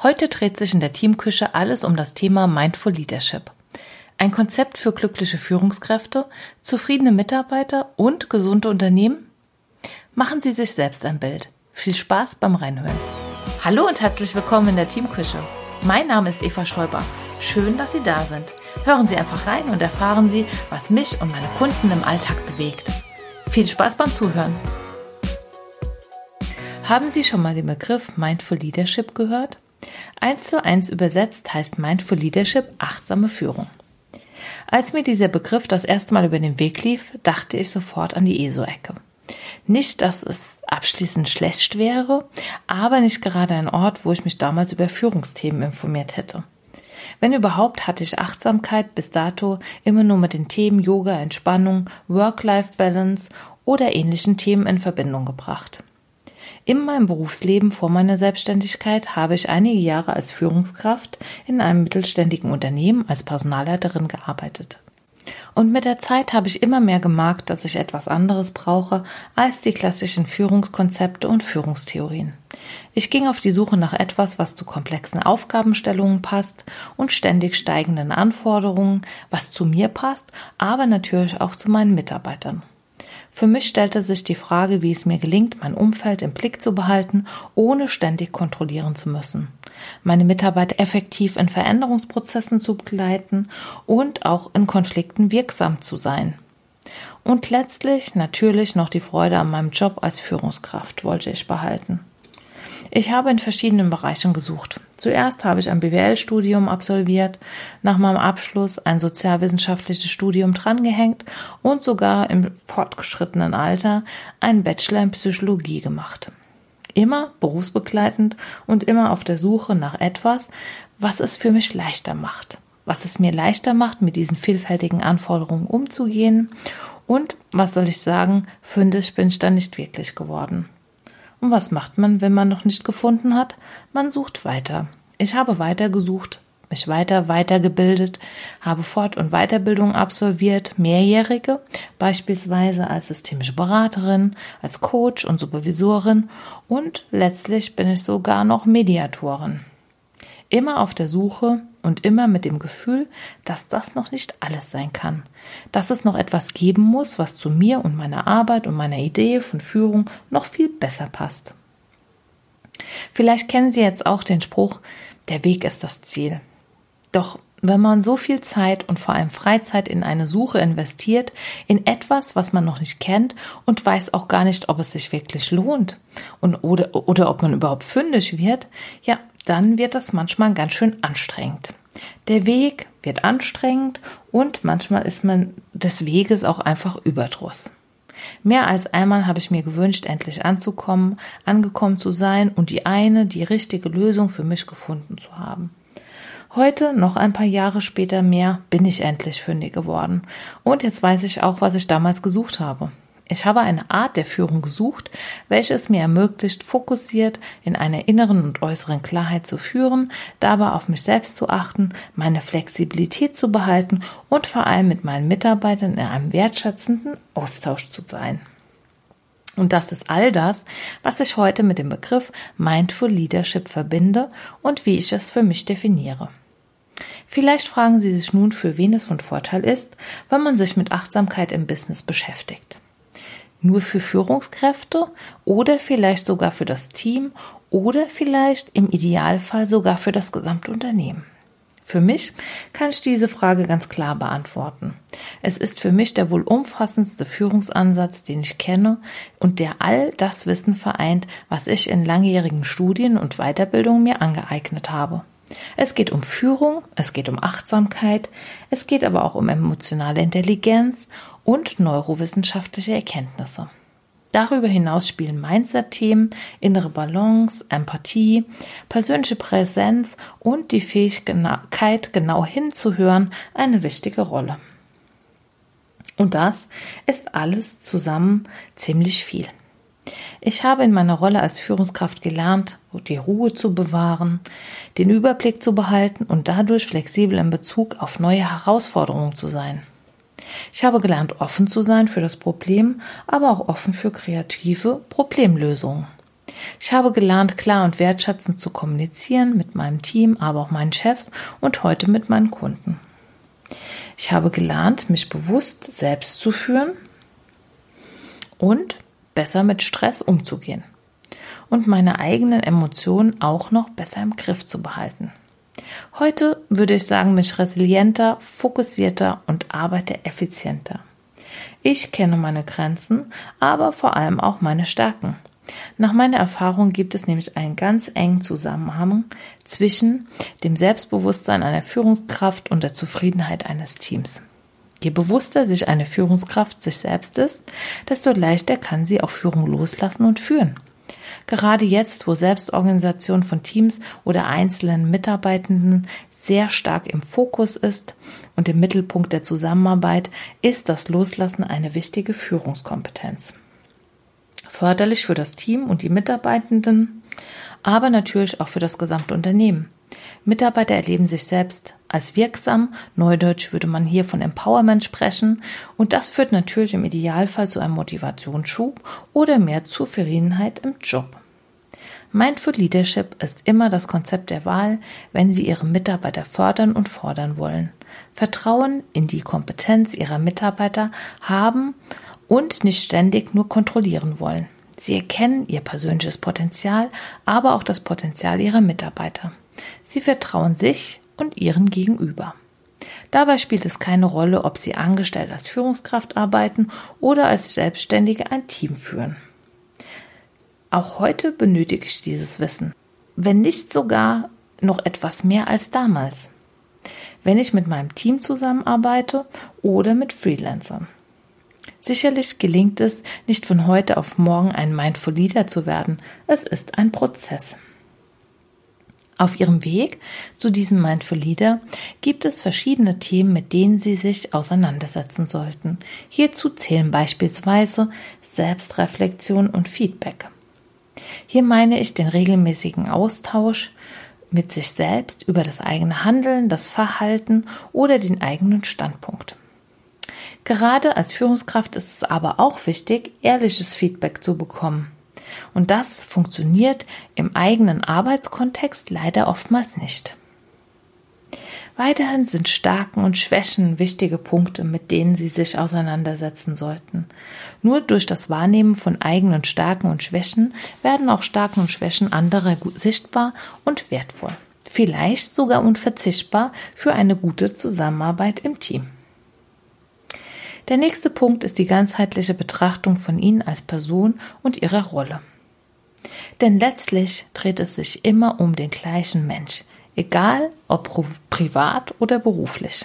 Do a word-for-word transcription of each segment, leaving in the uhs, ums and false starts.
Heute dreht sich in der Teamküche alles um das Thema Mindful Leadership. Ein Konzept für glückliche Führungskräfte, zufriedene Mitarbeiter und gesunde Unternehmen? Machen Sie sich selbst ein Bild. Viel Spaß beim Reinhören. Hallo und herzlich willkommen in der Teamküche. Mein Name ist Eva Schäuber. Schön, dass Sie da sind. Hören Sie einfach rein und erfahren Sie, was mich und meine Kunden im Alltag bewegt. Viel Spaß beim Zuhören. Haben Sie schon mal den Begriff Mindful Leadership gehört? Eins zu eins übersetzt heißt Mindful Leadership achtsame Führung. Als mir dieser Begriff das erste Mal über den Weg lief, dachte ich sofort an die E S O-Ecke. Nicht, dass es abschließend schlecht wäre, aber nicht gerade ein Ort, wo ich mich damals über Führungsthemen informiert hätte. Wenn überhaupt, hatte ich Achtsamkeit bis dato immer nur mit den Themen Yoga, Entspannung, Work-Life-Balance oder ähnlichen Themen in Verbindung gebracht. In meinem Berufsleben vor meiner Selbstständigkeit habe ich einige Jahre als Führungskraft in einem mittelständigen Unternehmen als Personalleiterin gearbeitet. Und mit der Zeit habe ich immer mehr gemerkt, dass ich etwas anderes brauche als die klassischen Führungskonzepte und Führungstheorien. Ich ging auf die Suche nach etwas, was zu komplexen Aufgabenstellungen passt und ständig steigenden Anforderungen, was zu mir passt, aber natürlich auch zu meinen Mitarbeitern. Für mich stellte sich die Frage, wie es mir gelingt, mein Umfeld im Blick zu behalten, ohne ständig kontrollieren zu müssen. Meine Mitarbeiter effektiv in Veränderungsprozessen zu begleiten und auch in Konflikten wirksam zu sein. Und letztlich natürlich noch die Freude an meinem Job als Führungskraft wollte ich behalten. Ich habe in verschiedenen Bereichen gesucht. Zuerst habe ich ein B W L-Studium absolviert, nach meinem Abschluss ein sozialwissenschaftliches Studium drangehängt und sogar im fortgeschrittenen Alter einen Bachelor in Psychologie gemacht. Immer berufsbegleitend und immer auf der Suche nach etwas, was es für mich leichter macht. Was es mir leichter macht, mit diesen vielfältigen Anforderungen umzugehen. Und, was soll ich sagen, fündig bin ich dann nicht wirklich geworden. Und was macht man, wenn man noch nicht gefunden hat? Man sucht weiter. Ich habe weiter gesucht, mich weiter weitergebildet, habe Fort- und Weiterbildung absolviert, mehrjährige, beispielsweise als systemische Beraterin, als Coach und Supervisorin und letztlich bin ich sogar noch Mediatorin. Immer auf der Suche und immer mit dem Gefühl, dass das noch nicht alles sein kann. Dass es noch etwas geben muss, was zu mir und meiner Arbeit und meiner Idee von Führung noch viel besser passt. Vielleicht kennen Sie jetzt auch den Spruch, der Weg ist das Ziel. Doch wenn man so viel Zeit und vor allem Freizeit in eine Suche investiert, in etwas, was man noch nicht kennt und weiß auch gar nicht, ob es sich wirklich lohnt und oder, oder ob man überhaupt fündig wird, ja, dann wird das manchmal ganz schön anstrengend. Der Weg wird anstrengend und manchmal ist man des Weges auch einfach Überdruss. Mehr als einmal habe ich mir gewünscht, endlich anzukommen, angekommen zu sein und die eine, die richtige Lösung für mich gefunden zu haben. Heute, noch ein paar Jahre später mehr, bin ich endlich fündig geworden. Und jetzt weiß ich auch, was ich damals gesucht habe. Ich habe eine Art der Führung gesucht, welche es mir ermöglicht, fokussiert in einer inneren und äußeren Klarheit zu führen, dabei auf mich selbst zu achten, meine Flexibilität zu behalten und vor allem mit meinen Mitarbeitern in einem wertschätzenden Austausch zu sein. Und das ist all das, was ich heute mit dem Begriff Mindful Leadership verbinde und wie ich es für mich definiere. Vielleicht fragen Sie sich nun, für wen es von Vorteil ist, wenn man sich mit Achtsamkeit im Business beschäftigt. Nur für Führungskräfte oder vielleicht sogar für das Team oder vielleicht im Idealfall sogar für das gesamte Unternehmen. Für mich kann ich diese Frage ganz klar beantworten. Es ist für mich der wohl umfassendste Führungsansatz, den ich kenne und der all das Wissen vereint, was ich in langjährigen Studien und Weiterbildungen mir angeeignet habe. Es geht um Führung, es geht um Achtsamkeit, es geht aber auch um emotionale Intelligenz und neurowissenschaftliche Erkenntnisse. Darüber hinaus spielen Mindset-Themen, innere Balance, Empathie, persönliche Präsenz und die Fähigkeit, genau hinzuhören, eine wichtige Rolle. Und das ist alles zusammen ziemlich viel. Ich habe in meiner Rolle als Führungskraft gelernt, die Ruhe zu bewahren, den Überblick zu behalten und dadurch flexibel in Bezug auf neue Herausforderungen zu sein. Ich habe gelernt, offen zu sein für das Problem, aber auch offen für kreative Problemlösungen. Ich habe gelernt, klar und wertschätzend zu kommunizieren mit meinem Team, aber auch meinen Chefs und heute mit meinen Kunden. Ich habe gelernt, mich bewusst selbst zu führen und besser mit Stress umzugehen und meine eigenen Emotionen auch noch besser im Griff zu behalten. Heute würde ich sagen, bin ich resilienter, fokussierter und arbeite effizienter. Ich kenne meine Grenzen, aber vor allem auch meine Stärken. Nach meiner Erfahrung gibt es nämlich einen ganz engen Zusammenhang zwischen dem Selbstbewusstsein einer Führungskraft und der Zufriedenheit eines Teams. Je bewusster sich eine Führungskraft sich selbst ist, desto leichter kann sie auch Führung loslassen und führen. Gerade jetzt, wo Selbstorganisation von Teams oder einzelnen Mitarbeitenden sehr stark im Fokus ist und im Mittelpunkt der Zusammenarbeit, ist das Loslassen eine wichtige Führungskompetenz. Förderlich für das Team und die Mitarbeitenden, aber natürlich auch für das gesamte Unternehmen. Mitarbeiter erleben sich selbst als wirksam, neudeutsch würde man hier von Empowerment sprechen, und das führt natürlich im Idealfall zu einem Motivationsschub oder mehr Zufriedenheit im Job. Mindful Leadership ist immer das Konzept der Wahl, wenn Sie Ihre Mitarbeiter fördern und fordern wollen. Vertrauen in die Kompetenz Ihrer Mitarbeiter haben und nicht ständig nur kontrollieren wollen. Sie erkennen Ihr persönliches Potenzial, aber auch das Potenzial Ihrer Mitarbeiter. Sie vertrauen sich und Ihren Gegenüber. Dabei spielt es keine Rolle, ob Sie angestellt als Führungskraft arbeiten oder als Selbstständige ein Team führen. Auch heute benötige ich dieses Wissen, wenn nicht sogar noch etwas mehr als damals, wenn ich mit meinem Team zusammenarbeite oder mit Freelancern. Sicherlich gelingt es, nicht von heute auf morgen ein Mindful Leader zu werden. Es ist ein Prozess. Auf Ihrem Weg zu diesem Mindful Leader gibt es verschiedene Themen, mit denen Sie sich auseinandersetzen sollten. Hierzu zählen beispielsweise Selbstreflexion und Feedback. Hier meine ich den regelmäßigen Austausch mit sich selbst über das eigene Handeln, das Verhalten oder den eigenen Standpunkt. Gerade als Führungskraft ist es aber auch wichtig, ehrliches Feedback zu bekommen. Und das funktioniert im eigenen Arbeitskontext leider oftmals nicht. Weiterhin sind Stärken und Schwächen wichtige Punkte, mit denen Sie sich auseinandersetzen sollten. Nur durch das Wahrnehmen von eigenen Stärken und Schwächen werden auch Stärken und Schwächen anderer gut sichtbar und wertvoll. Vielleicht sogar unverzichtbar für eine gute Zusammenarbeit im Team. Der nächste Punkt ist die ganzheitliche Betrachtung von Ihnen als Person und Ihrer Rolle. Denn letztlich dreht es sich immer um den gleichen Mensch, egal ob privat oder beruflich.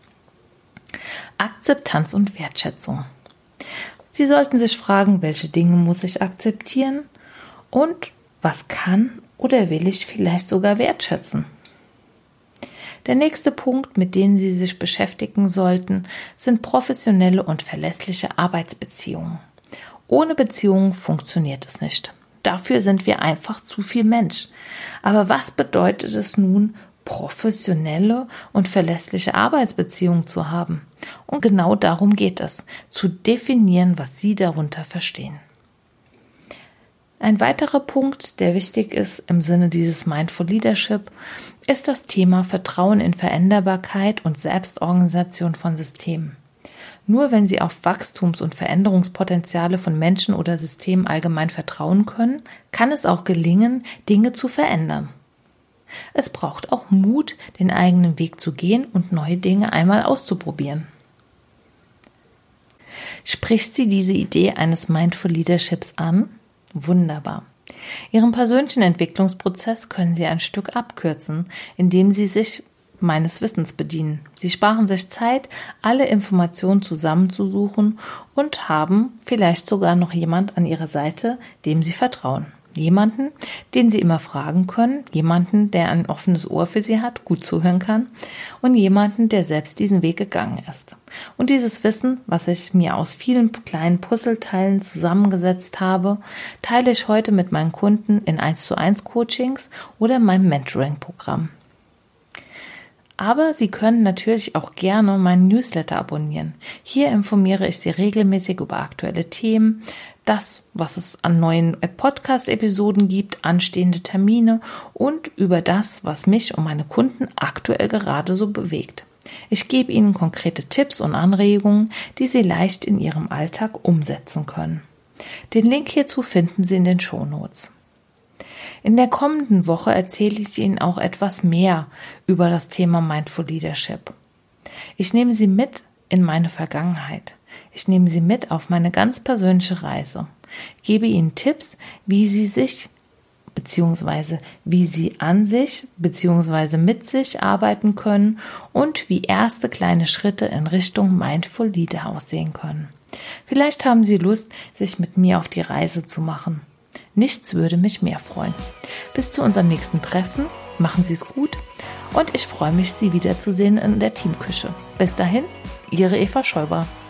Akzeptanz und Wertschätzung. Sie sollten sich fragen, welche Dinge muss ich akzeptieren und was kann oder will ich vielleicht sogar wertschätzen. Der nächste Punkt, mit dem Sie sich beschäftigen sollten, sind professionelle und verlässliche Arbeitsbeziehungen. Ohne Beziehungen funktioniert es nicht. Dafür sind wir einfach zu viel Mensch. Aber was bedeutet es nun, professionelle und verlässliche Arbeitsbeziehungen zu haben? Und genau darum geht es, zu definieren, was Sie darunter verstehen. Ein weiterer Punkt, der wichtig ist im Sinne dieses Mindful Leadership, ist das Thema Vertrauen in Veränderbarkeit und Selbstorganisation von Systemen. Nur wenn Sie auf Wachstums- und Veränderungspotenziale von Menschen oder Systemen allgemein vertrauen können, kann es auch gelingen, Dinge zu verändern. Es braucht auch Mut, den eigenen Weg zu gehen und neue Dinge einmal auszuprobieren. Spricht Sie diese Idee eines Mindful Leaderships an? Wunderbar. Ihren persönlichen Entwicklungsprozess können Sie ein Stück abkürzen, indem Sie sich meines Wissens bedienen. Sie sparen sich Zeit, alle Informationen zusammenzusuchen und haben vielleicht sogar noch jemand an Ihrer Seite, dem Sie vertrauen. Jemanden, den Sie immer fragen können, jemanden, der ein offenes Ohr für Sie hat, gut zuhören kann und jemanden, der selbst diesen Weg gegangen ist. Und dieses Wissen, was ich mir aus vielen kleinen Puzzleteilen zusammengesetzt habe, teile ich heute mit meinen Kunden in eins zu eins Coachings oder meinem Mentoring-Programm. Aber Sie können natürlich auch gerne meinen Newsletter abonnieren. Hier informiere ich Sie regelmäßig über aktuelle Themen, das, was es an neuen Podcast-Episoden gibt, anstehende Termine und über das, was mich und meine Kunden aktuell gerade so bewegt. Ich gebe Ihnen konkrete Tipps und Anregungen, die Sie leicht in Ihrem Alltag umsetzen können. Den Link hierzu finden Sie in den Shownotes. In der kommenden Woche erzähle ich Ihnen auch etwas mehr über das Thema Mindful Leadership. Ich nehme Sie mit in meine Vergangenheit. Ich nehme Sie mit auf meine ganz persönliche Reise, gebe Ihnen Tipps, wie Sie sich bzw. wie Sie an sich bzw. mit sich arbeiten können und wie erste kleine Schritte in Richtung Mindful Leader aussehen können. Vielleicht haben Sie Lust, sich mit mir auf die Reise zu machen. Nichts würde mich mehr freuen. Bis zu unserem nächsten Treffen, machen Sie es gut und ich freue mich, Sie wiederzusehen in der Teamküche. Bis dahin, Ihre Eva Schäuber.